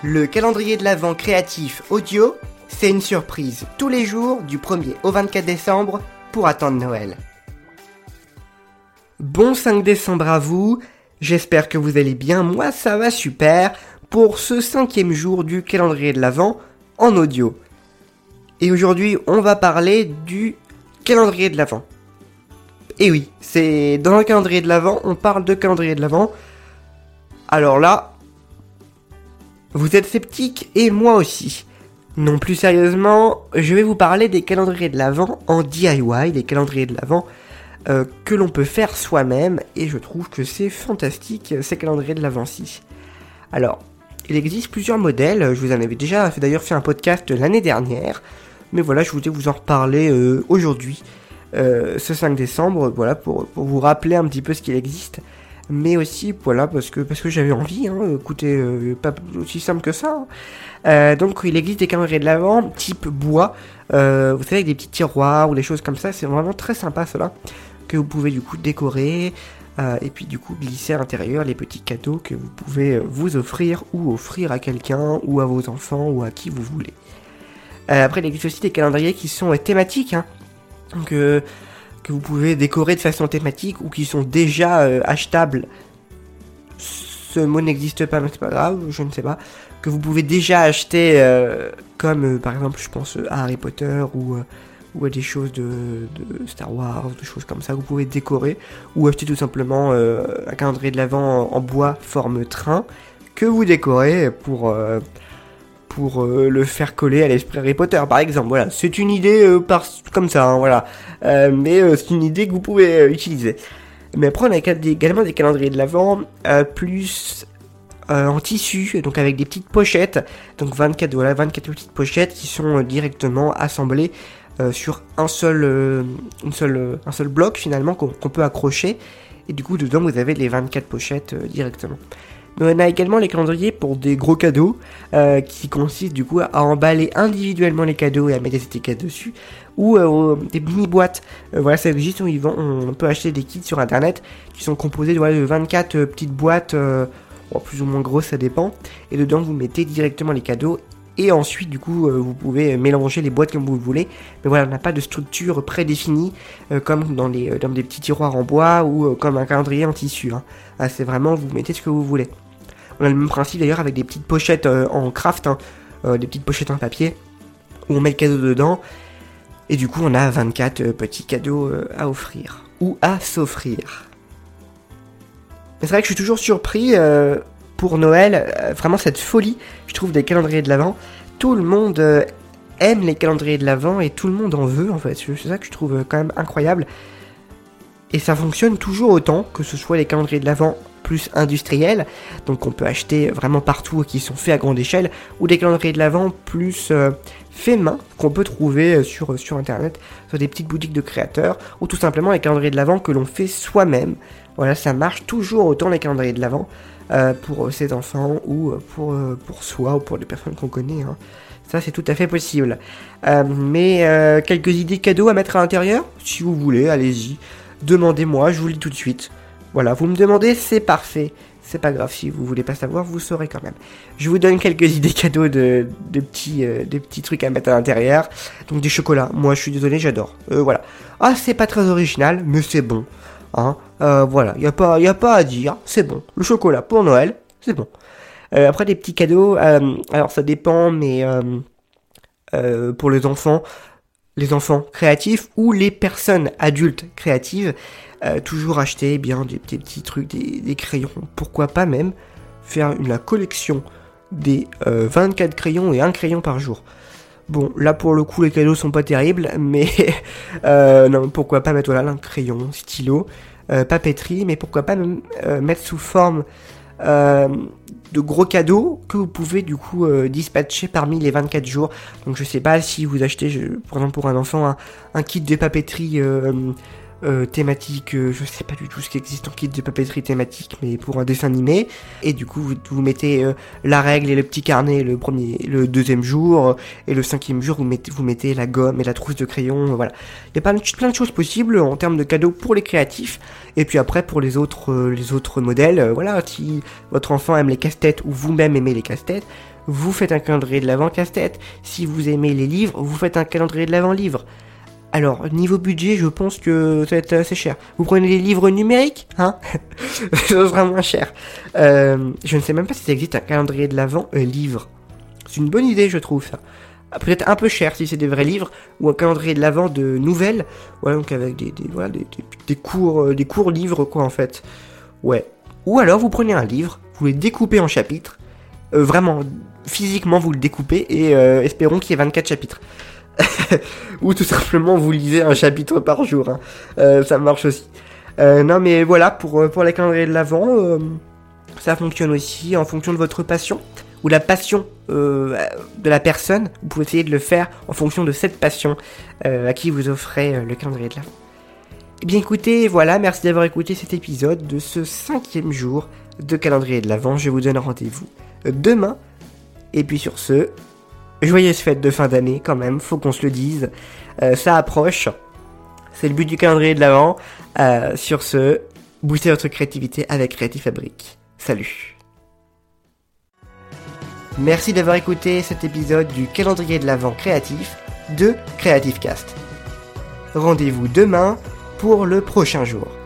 Le calendrier de l'Avent créatif audio, c'est une surprise tous les jours du 1er au 24 décembre pour attendre Noël. Bon 5 décembre à vous, j'espère que vous allez bien, moi ça va super pour ce 5e jour du calendrier de l'Avent en audio. Et aujourd'hui on va parler du calendrier de l'Avent. Et oui, c'est dans le calendrier de l'Avent, on parle de calendrier de l'Avent. Alors là, vous êtes sceptiques et moi aussi. Non, plus sérieusement, je vais vous parler des calendriers de l'Avent en DIY, des calendriers de l'Avent que l'on peut faire soi-même, et je trouve que c'est fantastique ces calendriers de l'Avent-ci. Alors, il existe plusieurs modèles, je vous en avais déjà d'ailleurs fait un podcast l'année dernière, mais voilà, je voulais vous en reparler aujourd'hui, ce 5 décembre, voilà, pour vous rappeler un petit peu ce qu'il existe. Mais aussi, voilà, parce que j'avais envie, écoutez, pas aussi simple que ça. Donc il existe des calendriers de l'Avent type bois, vous savez, avec des petits tiroirs ou des choses comme ça, c'est vraiment très sympa cela, que vous pouvez du coup décorer, et puis du coup glisser à l'intérieur les petits cadeaux que vous pouvez vous offrir, ou offrir à quelqu'un, ou à vos enfants, ou à qui vous voulez. Après il existe aussi des calendriers qui sont thématiques, donc que vous pouvez décorer de façon thématique ou qui sont déjà achetables. Ce mot n'existe pas, mais c'est pas grave, je ne sais pas. Que vous pouvez déjà acheter, comme par exemple, je pense à Harry Potter ou à des choses de Star Wars, des choses comme ça, que vous pouvez décorer. Ou acheter tout simplement un calendrier de l'Avent en bois forme train que vous décorez pour le faire coller à l'esprit Harry Potter, par exemple. Voilà, c'est une idée comme ça, voilà. Mais c'est une idée que vous pouvez utiliser. Mais après, on a également des calendriers de l'Avent plus en tissu, donc avec des petites pochettes. Donc 24 petites pochettes qui sont directement assemblées sur un seul bloc finalement qu'on peut accrocher. Et du coup, dedans, vous avez les 24 pochettes directement. Mais on a également les calendriers pour des gros cadeaux qui consistent du coup à emballer individuellement les cadeaux et à mettre des étiquettes dessus, ou des mini-boîtes. Voilà, ça existe, on peut acheter des kits sur internet qui sont composés de 24 petites boîtes, plus ou moins grosses, ça dépend, et dedans vous mettez directement les cadeaux. Et ensuite, du coup, vous pouvez mélanger les boîtes comme vous voulez. Mais voilà, on n'a pas de structure prédéfinie, comme dans des petits tiroirs en bois ou comme un calendrier en tissu. C'est vraiment, vous mettez ce que vous voulez. On a le même principe d'ailleurs avec des petites pochettes en craft, des petites pochettes en papier, où on met le cadeau dedans. Et du coup, on a 24 petits cadeaux à offrir, ou à s'offrir. Mais c'est vrai que je suis toujours surpris pour Noël, vraiment cette folie, je trouve, des calendriers de l'Avent. Tout le monde aime les calendriers de l'Avent et tout le monde en veut, en fait. C'est ça que je trouve quand même incroyable. Et ça fonctionne toujours autant, que ce soit les calendriers de l'Avent plus industriels, donc on peut acheter vraiment partout, qui sont faits à grande échelle, ou des calendriers de l'Avent plus faits main, qu'on peut trouver sur internet, sur des petites boutiques de créateurs, ou tout simplement les calendriers de l'Avent que l'on fait soi-même. Voilà, ça marche toujours autant, les calendriers de l'Avent, pour ses enfants, ou pour soi, ou pour les personnes qu'on connaît. Ça, c'est tout à fait possible. Mais quelques idées cadeaux à mettre à l'intérieur, si vous voulez, allez-y. Demandez-moi, je vous le dis tout de suite. Voilà, vous me demandez, c'est parfait. C'est pas grave, si vous voulez pas savoir, vous saurez quand même. Je vous donne quelques idées cadeaux de petits trucs à mettre à l'intérieur. Donc des chocolats, moi je suis désolé, j'adore. Voilà. Ah, c'est pas très original, mais c'est bon. Voilà, y a pas à dire, c'est bon. Le chocolat pour Noël, c'est bon. Après des petits cadeaux, alors ça dépend, mais pour les enfants créatifs ou les personnes adultes créatives, toujours acheter bien des petits trucs, des crayons, pourquoi pas même faire la collection des 24 crayons et un crayon par jour. Bon, là pour le coup les cadeaux sont pas terribles, mais non, pourquoi pas mettre un crayon, stylo, papeterie, mais pourquoi pas même mettre sous forme de gros cadeaux que vous pouvez du coup dispatcher parmi les 24 jours. Donc je sais pas si vous achetez, par exemple pour un enfant, un kit de papeterie thématique, je sais pas du tout ce qui existe en kit de papeterie thématique, mais pour un dessin animé, et du coup vous mettez la règle et le petit carnet le deuxième jour, et le 5e jour vous mettez la gomme et la trousse de crayon, voilà. Il y a plein de choses possibles en termes de cadeaux pour les créatifs, et puis après pour les autres modèles, voilà, si votre enfant aime les casse-têtes ou vous-même aimez les casse-têtes, vous faites un calendrier de l'Avent casse-tête. Si vous aimez les livres, vous faites un calendrier de l'Avent livre. Alors, niveau budget, je pense que ça va être assez cher. Vous prenez les livres numériques, hein? Ça sera moins cher. Je ne sais même pas si ça existe un calendrier de l'Avent livre. C'est une bonne idée, je trouve, ça. Peut-être un peu cher si c'est des vrais livres, ou un calendrier de l'Avent de nouvelles. Ouais, donc avec des courts livres, quoi, en fait. Ouais. Ou alors, vous prenez un livre, vous le découpez en chapitres. Vraiment, physiquement, vous le découpez, et espérons qu'il y ait 24 chapitres. Ou tout simplement vous lisez un chapitre par jour, hein. Ça marche aussi. Non mais voilà, pour les calendriers de l'Avent, ça fonctionne aussi en fonction de votre passion, ou la passion de la personne. Vous pouvez essayer de le faire en fonction de cette passion à qui vous offrez le calendrier de l'Avent. Eh bien écoutez, voilà, merci d'avoir écouté cet épisode de ce 5e jour de calendrier de l'Avent. Je vous donne rendez-vous demain, et puis sur ce, joyeuses fêtes de fin d'année quand même, faut qu'on se le dise. Ça approche. C'est le but du calendrier de l'Avent. Sur ce, boostez votre créativité avec Creative Fabric. Salut. Merci d'avoir écouté cet épisode du calendrier de l'Avent créatif de Creative Cast. Rendez-vous demain pour le prochain jour.